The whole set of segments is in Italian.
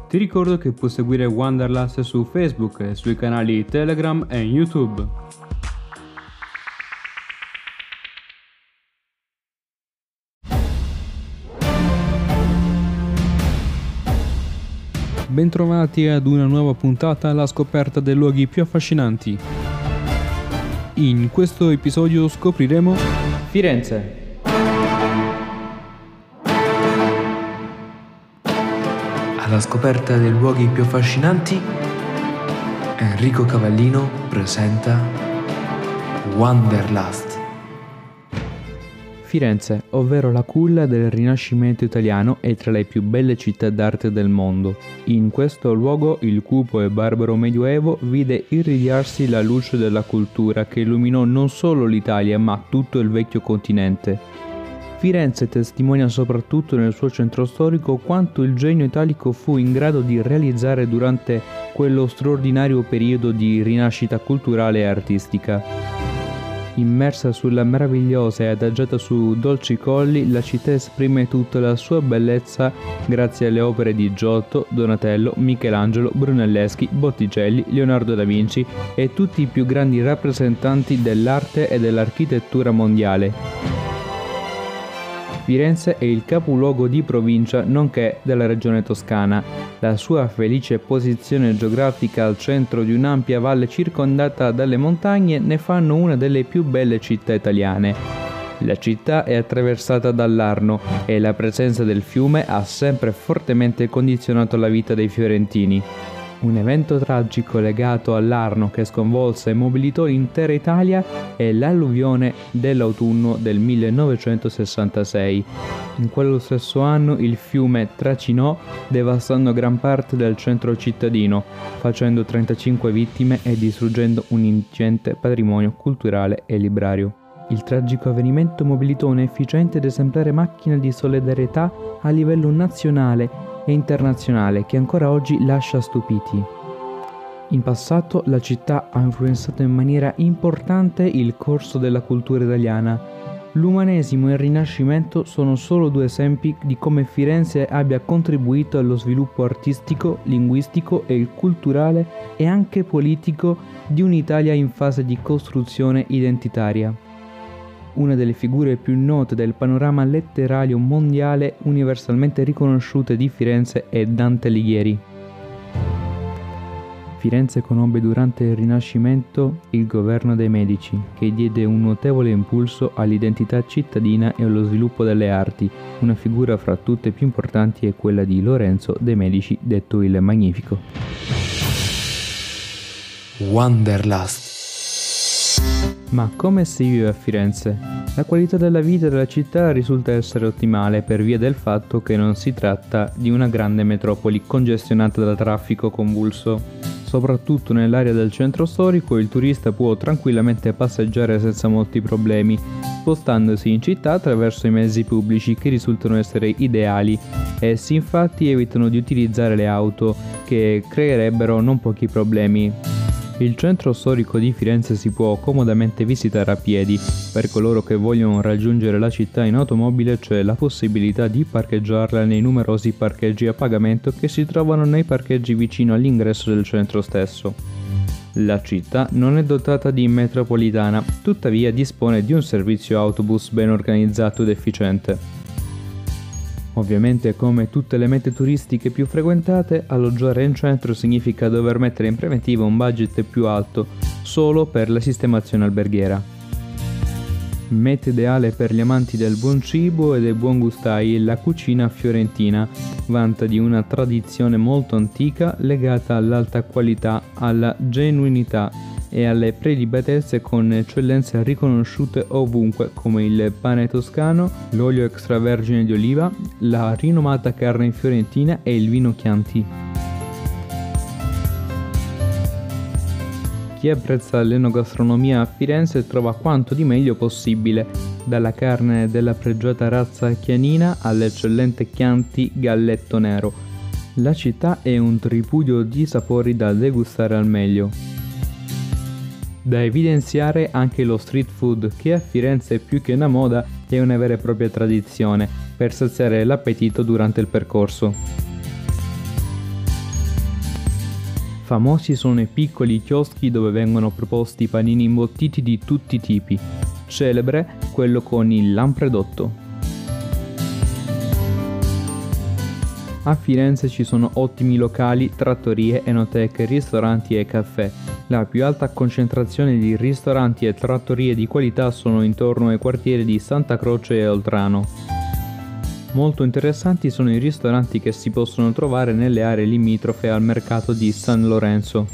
Ti ricordo che puoi seguire Wanderlust su Facebook e sui canali Telegram e YouTube. Bentrovati ad una nuova puntata alla scoperta dei luoghi più affascinanti. In questo episodio scopriremo Firenze. Alla scoperta dei luoghi più affascinanti, Enrico Cavallino presenta Wanderlust. Firenze, ovvero la culla del Rinascimento italiano, è tra le più belle città d'arte del mondo. In questo luogo il cupo e barbaro Medioevo vide irradiarsi la luce della cultura che illuminò non solo l'Italia ma tutto il vecchio continente. Firenze testimonia soprattutto nel suo centro storico quanto il genio italico fu in grado di realizzare durante quello straordinario periodo di rinascita culturale e artistica. Immersa sulla meravigliosa e adagiata su dolci colli, la città esprime tutta la sua bellezza grazie alle opere di Giotto, Donatello, Michelangelo, Brunelleschi, Botticelli, Leonardo da Vinci e tutti i più grandi rappresentanti dell'arte e dell'architettura mondiale. Firenze è il capoluogo di provincia nonché della regione toscana. La sua felice posizione geografica al centro di un'ampia valle circondata dalle montagne ne fanno una delle più belle città italiane. La città è attraversata dall'Arno e la presenza del fiume ha sempre fortemente condizionato la vita dei fiorentini. Un evento tragico legato all'Arno che sconvolse e mobilitò l'intera Italia è l'alluvione dell'autunno del 1966. In quello stesso anno il fiume tracinò devastando gran parte del centro cittadino, facendo 35 vittime e distruggendo un ingente patrimonio culturale e librario. Il tragico avvenimento mobilitò un'efficiente ed esemplare macchina di solidarietà a livello nazionale e internazionale che ancora oggi lascia stupiti. In passato la città ha influenzato in maniera importante il corso della cultura italiana. L'umanesimo e il Rinascimento sono solo due esempi di come Firenze abbia contribuito allo sviluppo artistico, linguistico e culturale e anche politico di un'Italia in fase di costruzione identitaria. Una delle figure più note del panorama letterario mondiale universalmente riconosciute di Firenze è Dante Alighieri. Firenze conobbe durante il Rinascimento il governo dei Medici, che diede un notevole impulso all'identità cittadina e allo sviluppo delle arti. Una figura fra tutte più importanti è quella di Lorenzo de' Medici, detto il Magnifico. Wanderlust. Ma come si vive a Firenze? La qualità della vita della città risulta essere ottimale per via del fatto che non si tratta di una grande metropoli congestionata da traffico convulso. Soprattutto nell'area del centro storico il turista può tranquillamente passeggiare senza molti problemi, spostandosi in città attraverso i mezzi pubblici che risultano essere ideali. Essi infatti evitano di utilizzare le auto, che creerebbero non pochi problemi. Il centro storico di Firenze si può comodamente visitare a piedi. Per coloro che vogliono raggiungere la città in automobile c'è la possibilità di parcheggiarla nei numerosi parcheggi a pagamento che si trovano nei parcheggi vicino all'ingresso del centro stesso. La città non è dotata di metropolitana, tuttavia dispone di un servizio autobus ben organizzato ed efficiente. Ovviamente, come tutte le mete turistiche più frequentate, alloggiare in centro significa dover mettere in preventiva un budget più alto solo per la sistemazione alberghiera. Meta ideale per gli amanti del buon cibo e dei buon gustai, la cucina fiorentina vanta di una tradizione molto antica legata all'alta qualità, alla genuinità e alle prelibatezze con eccellenze riconosciute ovunque come il pane toscano, l'olio extravergine di oliva, la rinomata carne fiorentina e il vino Chianti. Chi apprezza l'enogastronomia a Firenze trova quanto di meglio possibile, dalla carne della pregiata razza chianina all'eccellente Chianti galletto nero. La città è un tripudio di sapori da degustare al meglio. Da evidenziare anche lo street food, che a Firenze più che una moda è una vera e propria tradizione per saziare l'appetito durante il percorso. Famosi sono i piccoli chioschi dove vengono proposti panini imbottiti di tutti i tipi. Celebre quello con il lampredotto. A Firenze ci sono ottimi locali, trattorie, enoteche, ristoranti e caffè. La più alta concentrazione di ristoranti e trattorie di qualità sono intorno ai quartieri di Santa Croce e Oltrano. Molto interessanti sono i ristoranti che si possono trovare nelle aree limitrofe al mercato di San Lorenzo.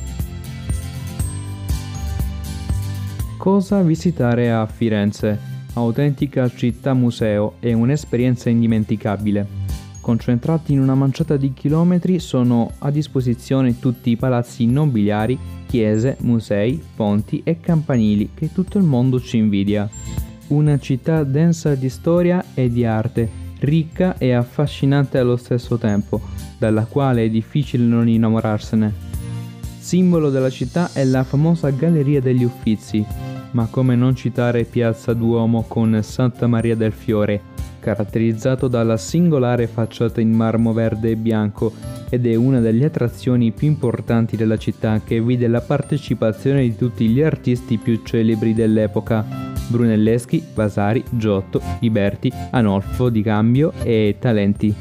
Cosa visitare a Firenze? Autentica città museo e un'esperienza indimenticabile. Concentrati in una manciata di chilometri sono a disposizione tutti i palazzi nobiliari, chiese, musei, ponti e campanili che tutto il mondo ci invidia. Una città densa di storia e di arte, ricca e affascinante allo stesso tempo, dalla quale è difficile non innamorarsene. Simbolo della città è la famosa Galleria degli Uffizi, ma come non citare Piazza Duomo con Santa Maria del Fiore, caratterizzato dalla singolare facciata in marmo verde e bianco, ed è una delle attrazioni più importanti della città, che vide la partecipazione di tutti gli artisti più celebri dell'epoca: Brunelleschi, Vasari, Giotto, Ghiberti, Anolfo Di Cambio e Talenti.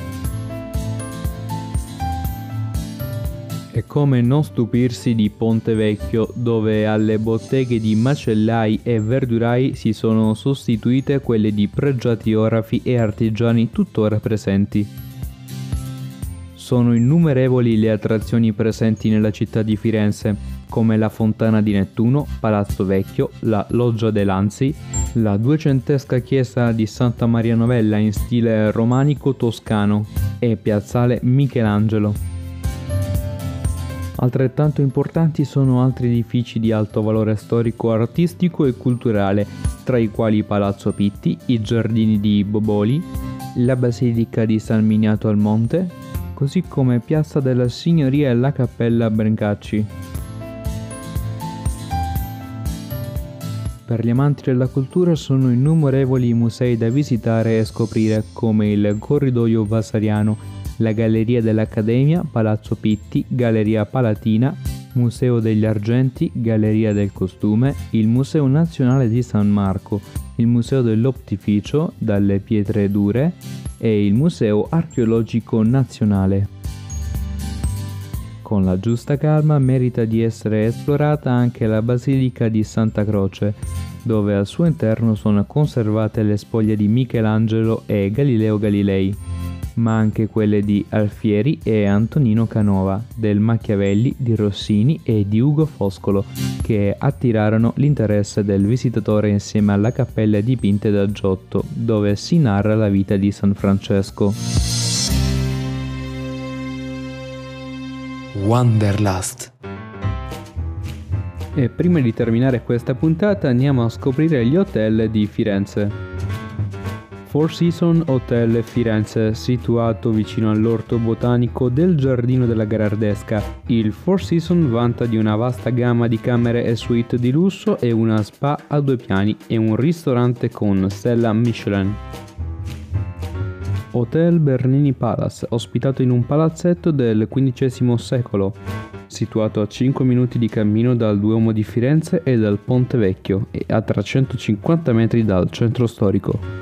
E come non stupirsi di Ponte Vecchio, dove alle botteghe di macellai e verdurai si sono sostituite quelle di pregiati orafi e artigiani tuttora presenti. Sono innumerevoli le attrazioni presenti nella città di Firenze, come la Fontana di Nettuno, Palazzo Vecchio, la Loggia dei Lanzi, la duecentesca chiesa di Santa Maria Novella in stile romanico toscano e Piazzale Michelangelo. Altrettanto importanti sono altri edifici di alto valore storico, artistico e culturale, tra i quali Palazzo Pitti, i Giardini di Boboli, la Basilica di San Miniato al Monte, così come Piazza della Signoria e la Cappella Brancacci. Per gli amanti della cultura sono innumerevoli i musei da visitare e scoprire, come il Corridoio Vasariano, la Galleria dell'Accademia, Palazzo Pitti, Galleria Palatina, Museo degli Argenti, Galleria del Costume, il Museo Nazionale di San Marco, il Museo dell'Optificio, dalle Pietre Dure, e il Museo Archeologico Nazionale. Con la giusta calma merita di essere esplorata anche la Basilica di Santa Croce, dove al suo interno sono conservate le spoglie di Michelangelo e Galileo Galilei, ma anche quelle di Alfieri e Antonino Canova, del Machiavelli, di Rossini e di Ugo Foscolo, che attirarono l'interesse del visitatore insieme alla cappella dipinte da Giotto, dove si narra la vita di San Francesco. Wanderlust. E prima di terminare questa puntata andiamo a scoprire gli hotel di Firenze. Four Seasons Hotel Firenze, situato vicino all'orto botanico del Giardino della Gherardesca. Il Four Seasons vanta di una vasta gamma di camere e suite di lusso e una spa a 2 piani e un ristorante con stella Michelin. Hotel Bernini Palace, ospitato in un palazzetto del XV secolo, situato a 5 minuti di cammino dal Duomo di Firenze e dal Ponte Vecchio e a 350 metri dal centro storico.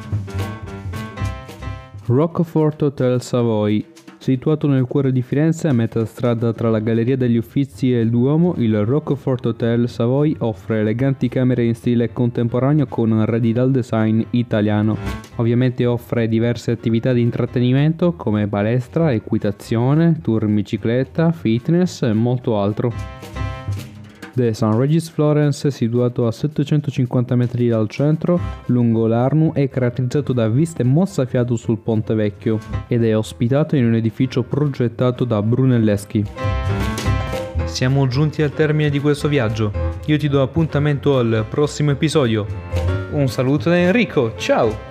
Rochefort Hotel Savoy, situato nel cuore di Firenze a metà strada tra la Galleria degli Uffizi e il Duomo, il Rochefort Hotel Savoy offre eleganti camere in stile contemporaneo con un radical design italiano. Ovviamente offre diverse attività di intrattenimento come palestra, equitazione, tour in bicicletta, fitness e molto altro. The St. Regis Florence, situato a 750 metri dal centro, lungo l'Arno, è caratterizzato da viste mozzafiato sul Ponte Vecchio ed è ospitato in un edificio progettato da Brunelleschi. Siamo giunti al termine di questo viaggio. Io ti do appuntamento al prossimo episodio. Un saluto da Enrico, ciao!